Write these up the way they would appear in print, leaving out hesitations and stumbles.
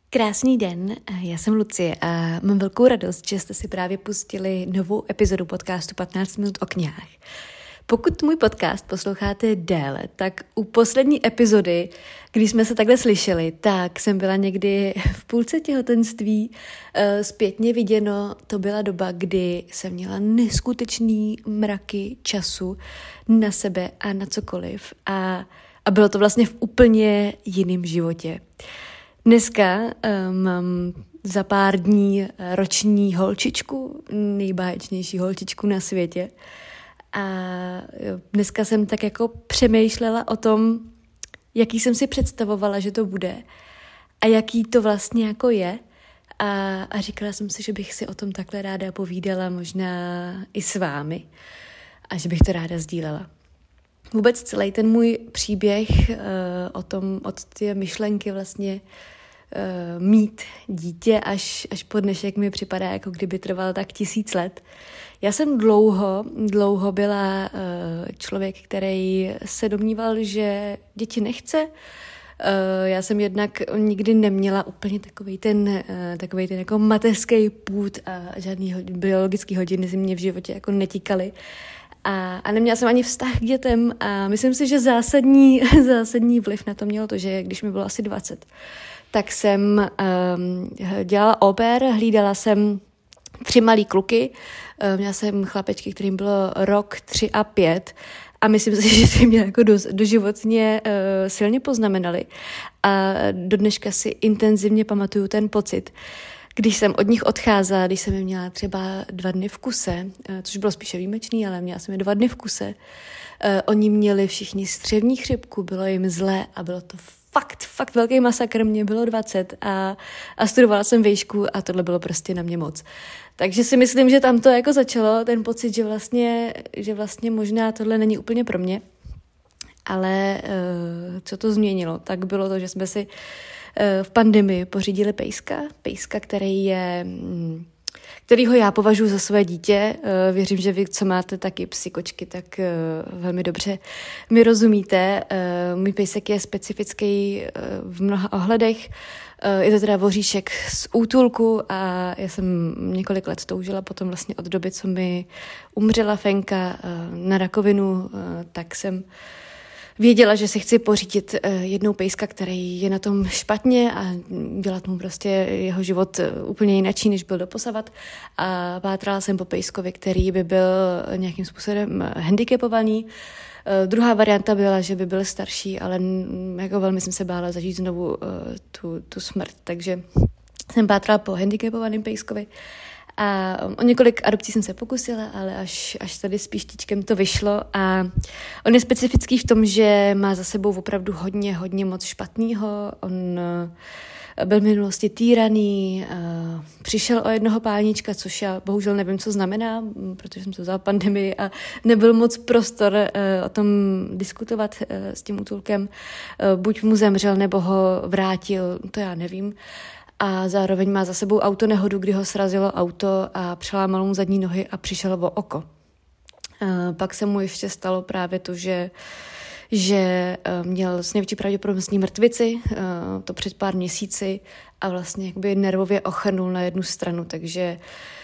Krásný den, já jsem Lucie a mám velkou radost, že jste si právě pustili novou epizodu podcastu 15 minut o knihách. Pokud můj podcast posloucháte déle, tak u poslední epizody, když jsme se takhle slyšeli, tak jsem byla někdy v půlce těhotenství. Zpětně viděno, to byla doba, kdy jsem měla neskutečný mraky času na sebe a na cokoliv. A bylo to vlastně v úplně jiném životě. Dneska mám za pár dní roční holčičku, nejbáječnější holčičku na světě. A dneska jsem tak jako přemýšlela o tom, jaký jsem si představovala, že to bude a jaký to vlastně jako je. A říkala jsem si, že bych si o tom takhle ráda povídala možná i s vámi a že bych to ráda sdílela. Vůbec celý ten můj příběh od té myšlenky vlastně mít dítě až po dnešek mi připadá, jako kdyby trvalo tak 1000 let. Já jsem dlouho byla člověk, který se domníval, že děti nechce. Já jsem jednak nikdy neměla úplně takovej ten jako mateřský pud a žádný biologický hodiny si mě v životě jako netíkaly. A neměla jsem ani vztah k dětem a myslím si, že zásadní vliv na to mělo to, že když mi bylo asi 20, tak jsem dělala au pair, hlídala jsem 3 malý kluky, měla jsem chlapečky, kterým bylo rok, 3 a 5 a myslím si, že ty mě jako doživotně silně poznamenali a do dneška si intenzivně pamatuju ten pocit, když jsem od nich odcházela, když jsem je měla třeba 2 dny v kuse, což bylo spíše výjimečný, ale měla jsem je 2 dny v kuse. Oni měli všichni střevní chřipku, bylo jim zle a bylo to fakt velký masakr, mě bylo 20 a studovala jsem výšku a tohle bylo prostě na mě moc. Takže si myslím, že tam to jako začalo, ten pocit, že vlastně možná tohle není úplně pro mě, ale co to změnilo, tak bylo to, že jsme si v pandemii pořídili pejska, kterýho já považuji za své dítě. Věřím, že vy, co máte taky psy, kočky, tak velmi dobře mi rozumíte. Můj pejsek je specifický v mnoha ohledech. Je to teda voříšek z útulku a já jsem několik let toužila potom vlastně od doby, co mi umřela Fenka na rakovinu, tak jsem věděla, že si chci pořídit jednou pejska, který je na tom špatně a dělat mu prostě jeho život úplně jinačí, než byl doposavat. A pátrala jsem po pejskovi, který by byl nějakým způsobem handicapovaný. Druhá varianta byla, že by byl starší, ale jako velmi jsem se bála zažít znovu tu smrt. Takže jsem pátrala po handicapovaném pejskovi. A o několik adopcí jsem se pokusila, ale až tady s píštičkem to vyšlo a on je specifický v tom, že má za sebou opravdu hodně moc špatného. On byl v minulosti týraný, přišel o jednoho páníčka, což já bohužel nevím, co znamená, protože jsem to vzala pandemii a nebyl moc prostor o tom diskutovat s tím útulkem. Buď mu zemřel, nebo ho vrátil, to já nevím. A zároveň má za sebou autonehodu, kdy ho srazilo auto a přelámalo mu zadní nohy a přišel o oko. Pak se mu ještě stalo právě to, že měl s největší pravděpodobností mrtvici, to před pár měsíci a vlastně jakoby nervově ochrnul na jednu stranu, takže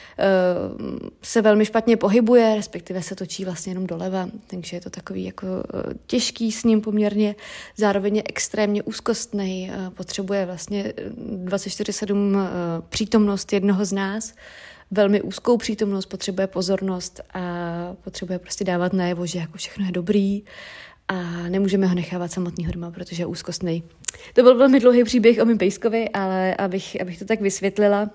se velmi špatně pohybuje, respektive se točí vlastně jenom doleva, takže je to takový jako těžký s ním poměrně, zároveň je extrémně úzkostnej, potřebuje vlastně 24/7 přítomnost jednoho z nás, velmi úzkou přítomnost, potřebuje pozornost a potřebuje prostě dávat najevo, že jako všechno je dobrý a nemůžeme ho nechávat samotnýho doma, protože je úzkostnej. To byl velmi dlouhý příběh o mým pejskovi, ale abych to tak vysvětlila,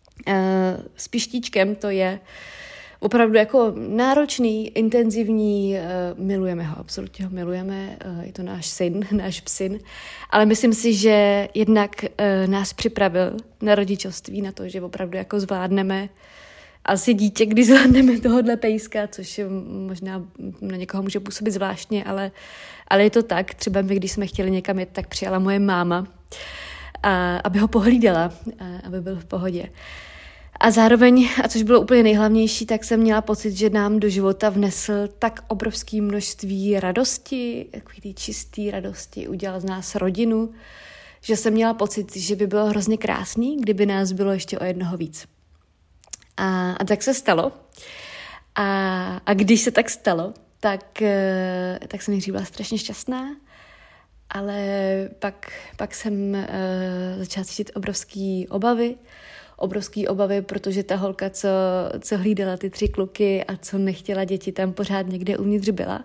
s píštíčkem to je opravdu jako náročný, intenzivní, milujeme ho, absolutně ho milujeme, je to náš syn, náš psyn, ale myslím si, že jednak nás připravil na rodičovství, na to, že opravdu jako zvládneme asi dítě, když zvládneme tohohle pejska, což možná na někoho může působit zvláštně, ale je to tak, třeba my, když jsme chtěli někam jet, tak přijala moje máma, aby ho pohlídala, aby byl v pohodě. A zároveň, a což bylo úplně nejhlavnější, tak jsem měla pocit, že nám do života vnesl tak obrovské množství radosti, takový té čisté radosti, udělal z nás rodinu, že jsem měla pocit, že by bylo hrozně krásný, kdyby nás bylo ještě o jednoho víc. A tak se stalo. A když se tak stalo, tak jsem nejdřív byla strašně šťastná, ale pak jsem začala cítit obrovský obavy, protože ta holka, co hlídala ty 3 kluky a co nechtěla děti, tam pořád někde uvnitř byla.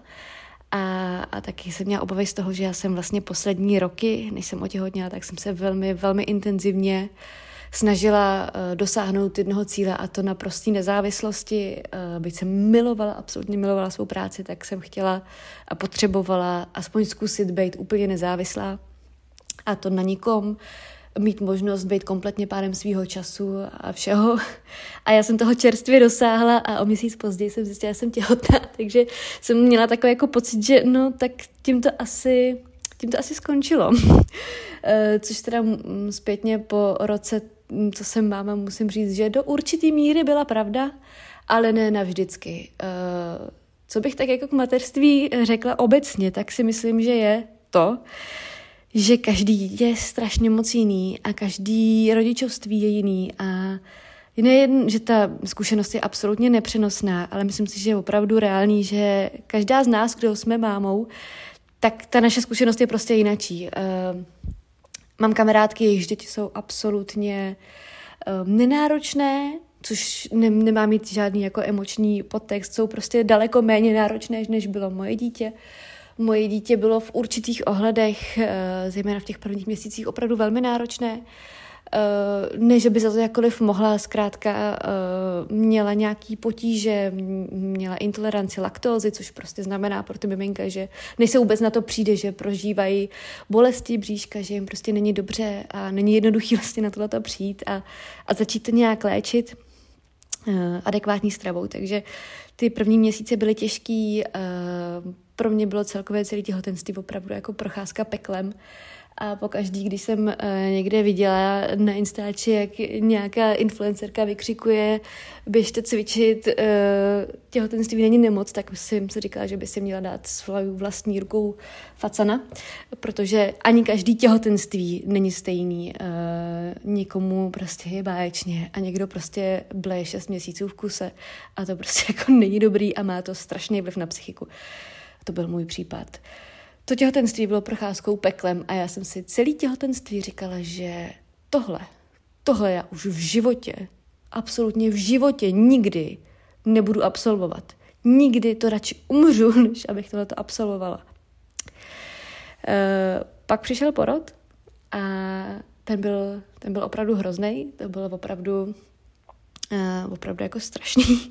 A taky jsem měla obavy z toho, že já jsem vlastně poslední roky, než jsem otěhotněla, tak jsem se velmi, velmi intenzivně snažila dosáhnout jednoho cíle, a to na prostý nezávislosti. Byť jsem absolutně milovala svou práci, tak jsem chtěla a potřebovala aspoň zkusit být úplně nezávislá, a to na nikom, mít možnost být kompletně pánem svýho času a všeho. A já jsem toho čerstvě dosáhla a o měsíc později jsem zjistila, že jsem těhotná, takže jsem měla takový jako pocit, že no tak tím to asi skončilo. Což teda zpětně po roce, co jsem máma, musím říct, že do určitý míry byla pravda, ale ne navždycky. Co bych tak jako k mateřství řekla obecně, tak si myslím, že je to, že každý je strašně moc jiný a každý rodičovství je jiný a nejen, že ta zkušenost je absolutně nepřenosná, ale myslím si, že je opravdu reálný, že každá z nás, kdo jsme mámou, tak ta naše zkušenost je prostě jinačí. Mám kamarádky, jejichž děti jsou absolutně nenáročné, což nemá mít žádný jako emoční podtext, jsou prostě daleko méně náročné, než bylo moje dítě. Moje dítě bylo v určitých ohledech, zejména v těch prvních měsících, opravdu velmi náročné. Ne, že by za to jakkoliv mohla, zkrátka měla nějaký potíže, měla intoleranci laktózy, což prostě znamená pro ty miminka, že než se vůbec na to přijde, že prožívají bolesti bříška, že jim prostě není dobře a není jednoduchý vlastně na tohleto přijít a začít to nějak léčit adekvátní stravou. Takže ty první měsíce byly těžký, pro mě bylo celkově celé těhotenství opravdu jako procházka peklem. A pokaždý, když jsem někde viděla na Instači, jak nějaká influencerka vykřikuje, běžte cvičit, těhotenství není nemoc, tak jsem si říkala, že by si měla dát svou vlastní rukou facana, protože ani každý těhotenství není stejný. Někomu prostě je báječně a někdo prostě bleje 6 měsíců v kuse a to prostě jako není dobrý a má to strašný vliv na psychiku. To byl můj případ. To těhotenství bylo procházkou peklem a já jsem si celý těhotenství říkala, že tohle já už v životě, absolutně v životě nikdy nebudu absolvovat. Nikdy to radši umřu, než abych tohleto absolvovala. Pak přišel porod a ten byl opravdu hroznej, to bylo opravdu jako strašný.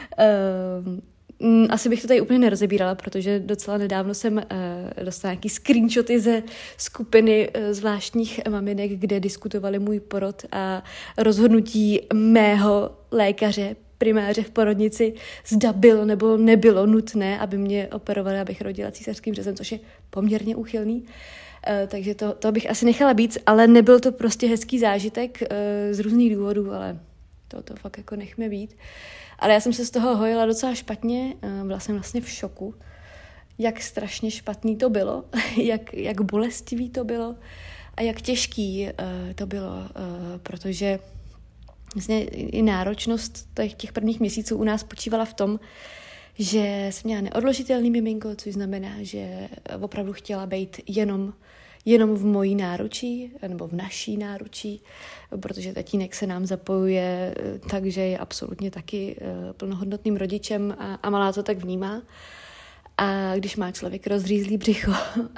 Asi bych to tady úplně nerozebírala, protože docela nedávno jsem dostala nějaký screenshoty ze skupiny zvláštních maminek, kde diskutovali můj porod a rozhodnutí mého lékaře, primáře v porodnici, zda bylo nebo nebylo nutné, aby mě operovali, abych rodila císařským řezem, což je poměrně úchylný. Takže to bych asi nechala být, ale nebyl to prostě hezký zážitek z různých důvodů, ale to fakt jako nechme být. Ale já jsem se z toho hojila docela špatně, byla jsem vlastně v šoku, jak strašně špatný to bylo, jak bolestivý to bylo a jak těžký to bylo, protože vlastně i náročnost těch prvních měsíců u nás spočívala v tom, že jsem měla neodložitelný miminko, což znamená, že opravdu chtěla být jenom v mojí náručí, nebo v naší náručí, protože tatínek se nám zapojuje, takže je absolutně taky plnohodnotným rodičem a malá to tak vnímá. A když má člověk rozřízlý břicho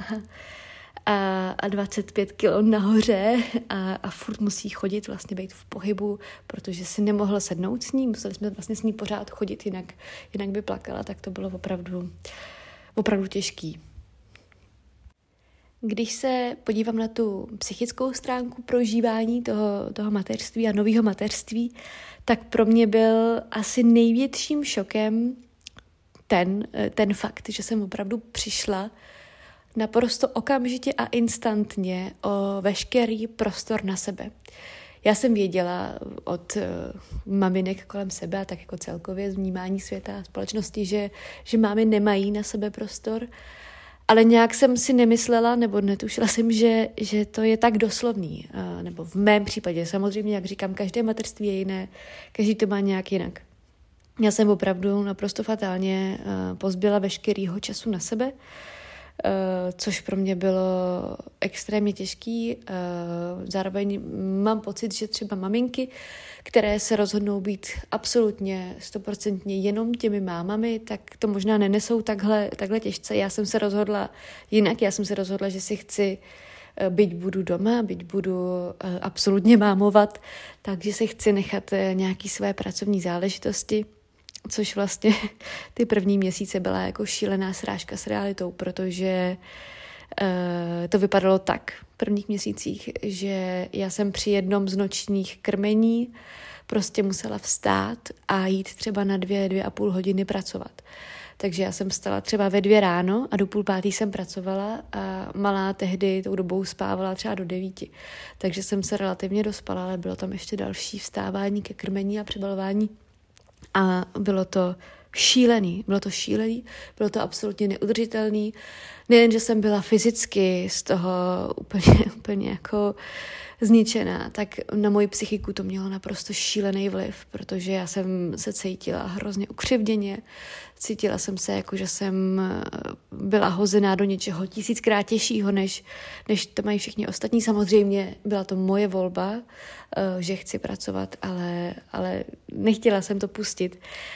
a 25 kilo nahoře a furt musí chodit, vlastně být v pohybu, protože si nemohl sednout s ní, museli jsme vlastně s ní pořád chodit, jinak by plakala, tak to bylo opravdu těžký. Když se podívám na tu psychickou stránku prožívání toho mateřství a nového mateřství, tak pro mě byl asi největším šokem ten fakt, že jsem opravdu přišla naprosto okamžitě a instantně o veškerý prostor na sebe. Já jsem věděla od maminek kolem sebe a tak jako celkově z vnímání světa a společnosti, že mámy nemají na sebe prostor, Ale nějak jsem si nemyslela, nebo netušila jsem, že to je tak doslovný. Nebo v mém případě. Samozřejmě, jak říkám, každé mateřství je jiné, každý to má nějak jinak. Já jsem opravdu naprosto fatálně pozbyla veškerýho času na sebe, což pro mě bylo extrémně těžký. Zároveň mám pocit, že třeba maminky, které se rozhodnou být absolutně 100% jenom těmi mámami, tak to možná nenesou takhle těžce. Já jsem se rozhodla jinak, já jsem se rozhodla, že si chci, byť budu doma, byť budu absolutně mámovat, takže si chci nechat nějaké své pracovní záležitosti, což vlastně ty první měsíce byla jako šílená srážka s realitou, protože to vypadalo tak v prvních měsících, že já jsem při jednom z nočních krmení prostě musela vstát a jít třeba na 2,5 hodiny pracovat. Takže já jsem vstala třeba ve 2 ráno a do 4:30 jsem pracovala a malá tehdy tou dobou spávala třeba do 9. Takže jsem se relativně dospala, ale bylo tam ještě další vstávání ke krmení a přebalování. A bylo to šílený, bylo to absolutně neudržitelný. Nejen, že jsem byla fyzicky z toho úplně jako zničená, tak na moji psychiku to mělo naprosto šílený vliv, protože já jsem se cítila hrozně ukřivděně, cítila jsem se jako, že jsem byla hozená do něčeho 1000krát těžšího, než to mají všichni ostatní. Samozřejmě byla to moje volba, že chci pracovat, ale nechtěla jsem to pustit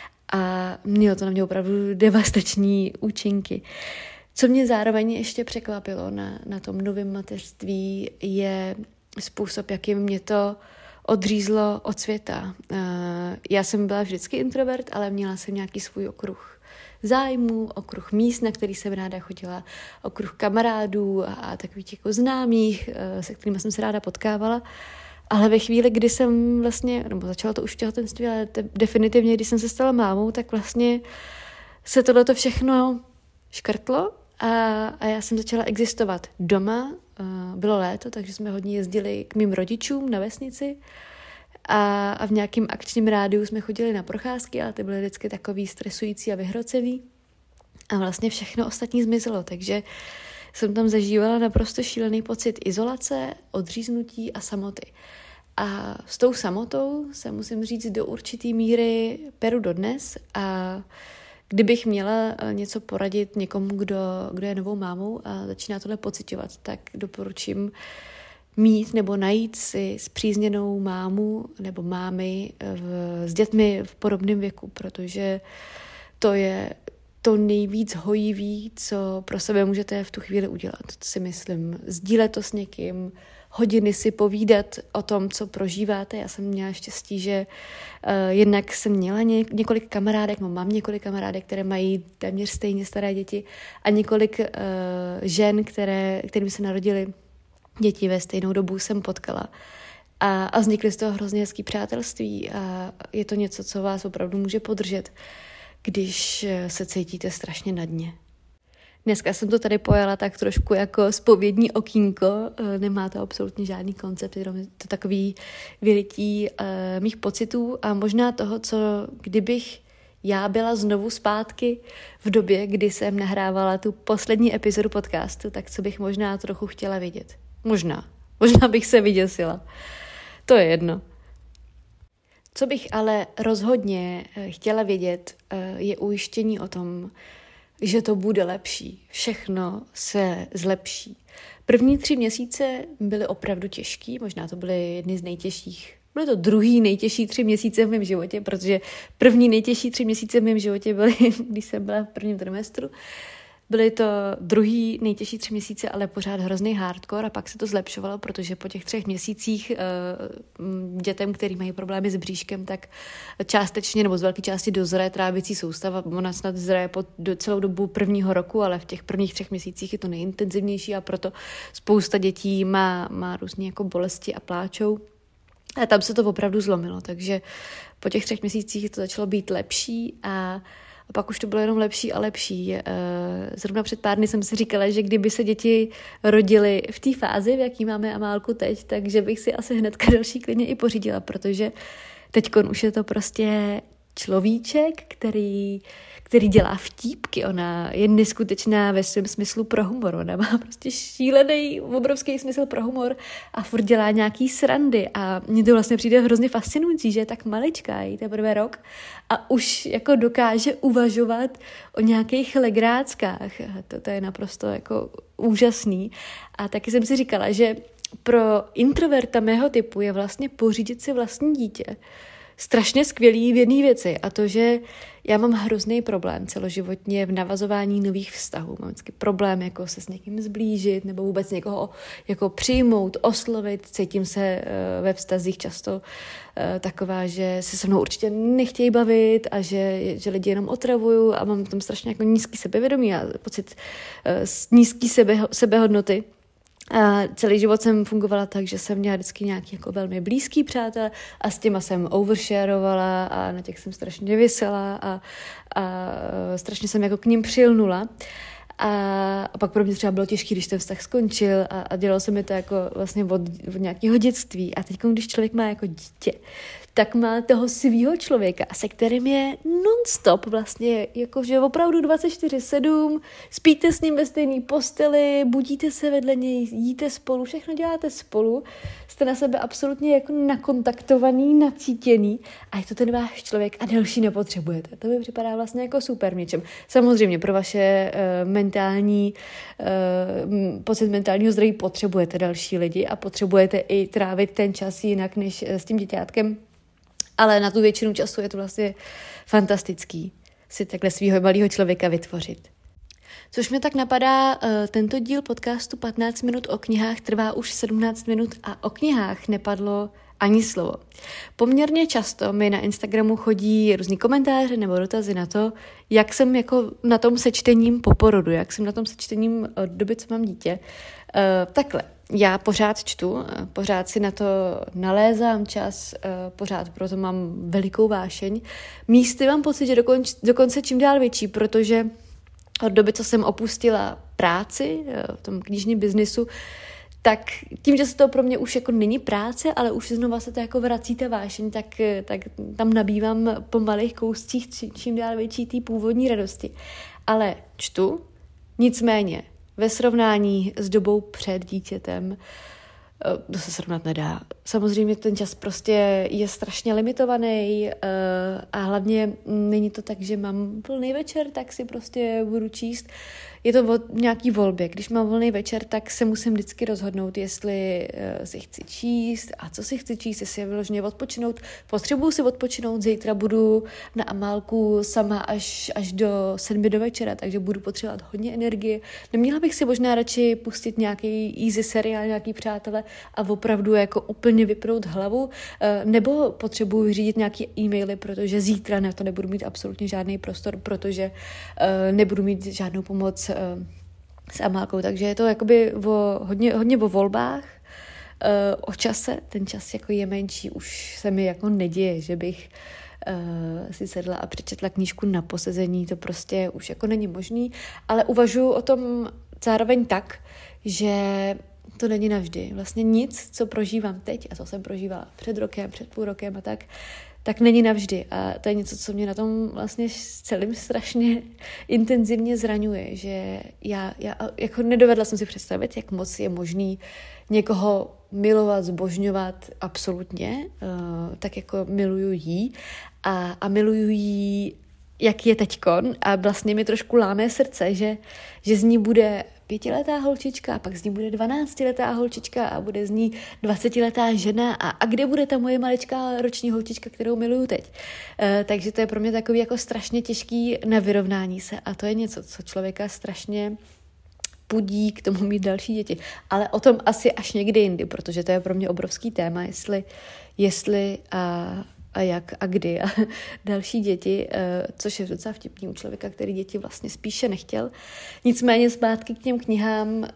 a mělo to na mě opravdu devastační účinky. Co mě zároveň ještě překvapilo na tom novém mateřství je způsob, jakým mě to odřízlo od světa. Já jsem byla vždycky introvert, ale měla jsem nějaký svůj okruh zájmů, okruh míst, na který jsem ráda chodila, okruh kamarádů a takových jako známých, se kterými jsem se ráda potkávala. Ale ve chvíli, kdy jsem vlastně, nebo začalo to už v těhotenství, ale definitivně, když jsem se stala mámou, tak vlastně se tohleto všechno škrtlo a já jsem začala existovat doma. Bylo léto, takže jsme hodně jezdili k mým rodičům na vesnici a v nějakém akčním rádiu jsme chodili na procházky, ale ty byly vždycky takový stresující a vyhrocený a vlastně všechno ostatní zmizelo, takže jsem tam zažívala naprosto šílený pocit izolace, odříznutí a samoty. A s tou samotou se musím říct do určitý míry peru dodnes a kdybych měla něco poradit někomu, kdo je novou mámou a začíná tohle pociťovat, tak doporučím mít nebo najít si spřízněnou mámu nebo mámy s dětmi v podobném věku, protože to je to nejvíc hojivý, co pro sebe můžete v tu chvíli udělat, si myslím. Sdílet to s někým, hodiny si povídat o tom, co prožíváte. Já jsem měla štěstí, že jednak jsem měla několik kamarádek, mám několik kamarádek, které mají téměř stejně staré děti a několik žen, kterým se narodily děti ve stejnou dobu, jsem potkala. A vznikly z toho hrozně hezký přátelství a je to něco, co vás opravdu může podržet, když se cítíte strašně na dně. Dneska jsem to tady pojala tak trošku jako zpovědní okýnko, nemá to absolutně žádný koncept, jenom je to takový vylití mých pocitů a možná toho, co kdybych já byla znovu zpátky v době, kdy jsem nahrávala tu poslední epizodu podcastu, tak co bych možná trochu chtěla vidět. Možná bych se vyděsila. To je jedno. Co bych ale rozhodně chtěla vědět, je ujištění o tom, že to bude lepší. Všechno se zlepší. První 3 měsíce byly opravdu těžký, možná to byly jedny z nejtěžších. Byly to druhý nejtěžší 3 měsíce v mém životě, protože první nejtěžší 3 měsíce v mém životě byly, když jsem byla v prvním trimestru. Byly to druhý nejtěžší 3 měsíce, ale pořád hrozný hardcore a pak se to zlepšovalo, protože po těch 3 měsících dětem, který mají problémy s bříškem, tak částečně nebo z velké části dozraje trávicí soustava. Ona snad zraje po celou dobu prvního roku, ale v těch prvních 3 měsících je to nejintenzivnější a proto spousta dětí má různé jako bolesti a pláčou. A tam se to opravdu zlomilo, takže po těch 3 měsících to začalo být lepší a pak už to bylo jenom lepší a lepší. Zrovna před pár dny jsem si říkala, že kdyby se děti rodily v té fázi, v jaký máme Amálku teď, takže bych si asi hnedka další klidně i pořídila, protože teďkon už je to prostě človíček, který dělá vtípky. Ona je neskutečná ve svém smyslu pro humor. Ona má prostě šílený, obrovský smysl pro humor a furt dělá nějaký srandy. A mně to vlastně přijde hrozně fascinující, že je tak maličká, jí teprve rok a už jako dokáže uvažovat o nějakých legráckách. To je naprosto jako úžasný. A taky jsem si říkala, že pro introverta mého typu je vlastně pořídit si vlastní dítě strašně skvělý v jedné věci, a to, že já mám hrozný problém celoživotně v navazování nových vztahů. Mám vždycky problém jako se s někým zblížit nebo vůbec někoho jako přijmout, oslovit. Cítím se ve vztazích často taková, že se se mnou určitě nechtějí bavit a že lidi jenom otravuju a mám tam strašně jako nízký sebevědomí a pocit nízký sebehodnoty. A celý život jsem fungovala tak, že jsem měla vždycky nějaký jako velmi blízký přátel a s těma jsem oversharovala a na těch jsem strašně visela a strašně jsem jako k ním přilnula. A pak pro mě třeba bylo těžké, když ten vztah skončil a dělalo se mi to jako vlastně od nějakého dětství. A teď, když člověk má jako dítě, tak má toho svýho člověka, se kterým je non-stop vlastně, jakože opravdu 24/7, spíte s ním ve stejné posteli, budíte se vedle něj, jíte spolu, všechno děláte spolu, jste na sebe absolutně jako nakontaktovaný, nacítěný a je to ten váš člověk a další nepotřebujete. To mi připadá vlastně jako super v něčem. Samozřejmě pro vaše pocit mentálního zdraví potřebujete další lidi a potřebujete i trávit ten čas jinak než s tím děťátkem. Ale na tu většinu času je to vlastně fantastický si takhle svýho malého člověka vytvořit. Což mě tak napadá, tento díl podcastu 15 minut o knihách trvá už 17 minut a o knihách nepadlo ani slovo. Poměrně často mi na Instagramu chodí různý komentáře nebo dotazy na to, jak jsem jako na tom se čtením po porodu, jak jsem na tom se čtením od doby, co mám dítě. Takhle. Já pořád čtu, pořád si na to nalézám čas, pořád proto mám velikou vášeň. Místy mám pocit, že dokonce čím dál větší, protože od doby, co jsem opustila práci v tom knižním biznisu, tak tím, že se to pro mě už jako není práce, ale už znova se to jako vrací ta vášeň, tak tam nabývám po malých kouscích čím dál větší té původní radosti. Ale čtu, nicméně ve srovnání s dobou před dítětem, to se srovnat nedá. Samozřejmě ten čas prostě je strašně limitovaný a hlavně není to tak, že mám volný večer, tak si prostě budu číst. Je to o nějaký volbě. Když mám volný večer, tak se musím vždycky rozhodnout, jestli si chci číst a co si chci číst, jestli je vyloženě odpočinout. Potřebuju si odpočinout, zítra budu na Amálku sama až do 7 do večera, takže budu potřebovat hodně energie. Neměla bych si možná radši pustit nějaký easy seriál, nějaký přátelé a opravdu jako úplně vypnout hlavu, nebo potřebuju vyřídit nějaký e-maily, protože zítra na to nebudu mít absolutně žádný prostor, protože nebudu mít žádnou pomoc s Amálkou, takže je to jakoby hodně o volbách, o čase, ten čas jako je menší, už se mi jako neděje, že bych si sedla a přečetla knížku na posezení, to prostě už jako není možný, ale uvažuji o tom zároveň tak, že to není navždy. Vlastně nic, co prožívám teď a co jsem prožívala před rokem, před půl rokem a tak není navždy. A to je něco, co mě na tom vlastně celým strašně intenzivně zraňuje, že já jako nedovedla jsem si představit, jak moc je možný někoho milovat, zbožňovat absolutně, tak jako miluju jí a miluju jí, jak je teďkon a vlastně mi trošku láme srdce, že z ní bude 5letá holčička, a pak z ní bude 12letá holčička a bude z ní 20letá žena a kde bude ta moje maličká roční holčička, kterou miluju teď. Takže to je pro mě takový jako strašně těžký na vyrovnání se a to je něco, co člověka strašně pudí k tomu mít další děti. Ale o tom asi až někdy jindy, protože to je pro mě obrovský téma, jestli a jak a kdy a další děti, což je docela vtipný u člověka, který děti vlastně spíše nechtěl. Nicméně zpátky k těm knihám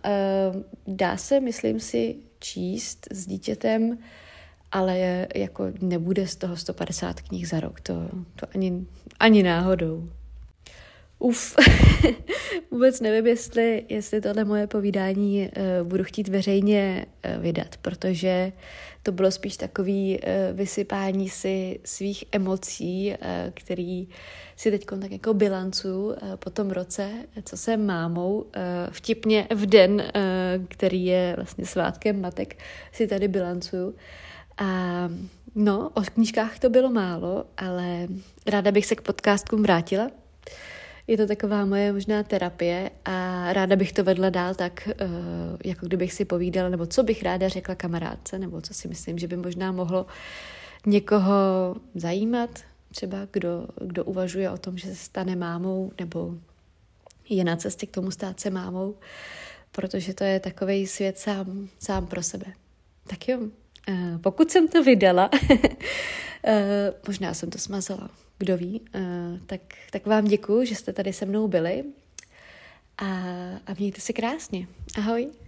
dá se, myslím si, číst s dítětem, ale jako nebude z toho 150 knih za rok, to ani náhodou. Vůbec nevím, jestli tohle moje povídání budu chtít veřejně vydat, protože to bylo spíš takový vysypání si svých emocí, který si teď tak jako bilancuju po tom roce, co jsem mámou. Vtipně v den, který je vlastně svátkem matek, si tady bilancuju. A no, o knížkách to bylo málo, ale ráda bych se k podcastkům vrátila. Je to taková moje možná terapie a ráda bych to vedla dál tak, jako kdybych si povídala, nebo co bych ráda řekla kamarádce, nebo co si myslím, že by možná mohlo někoho zajímat, třeba kdo uvažuje o tom, že se stane mámou, nebo je na cestě k tomu stát se mámou, protože to je takovej svět sám pro sebe. Tak jo, pokud jsem to vydala, možná jsem to smazala, kdo ví, tak vám děkuju, že jste tady se mnou byli a mějte se krásně. Ahoj.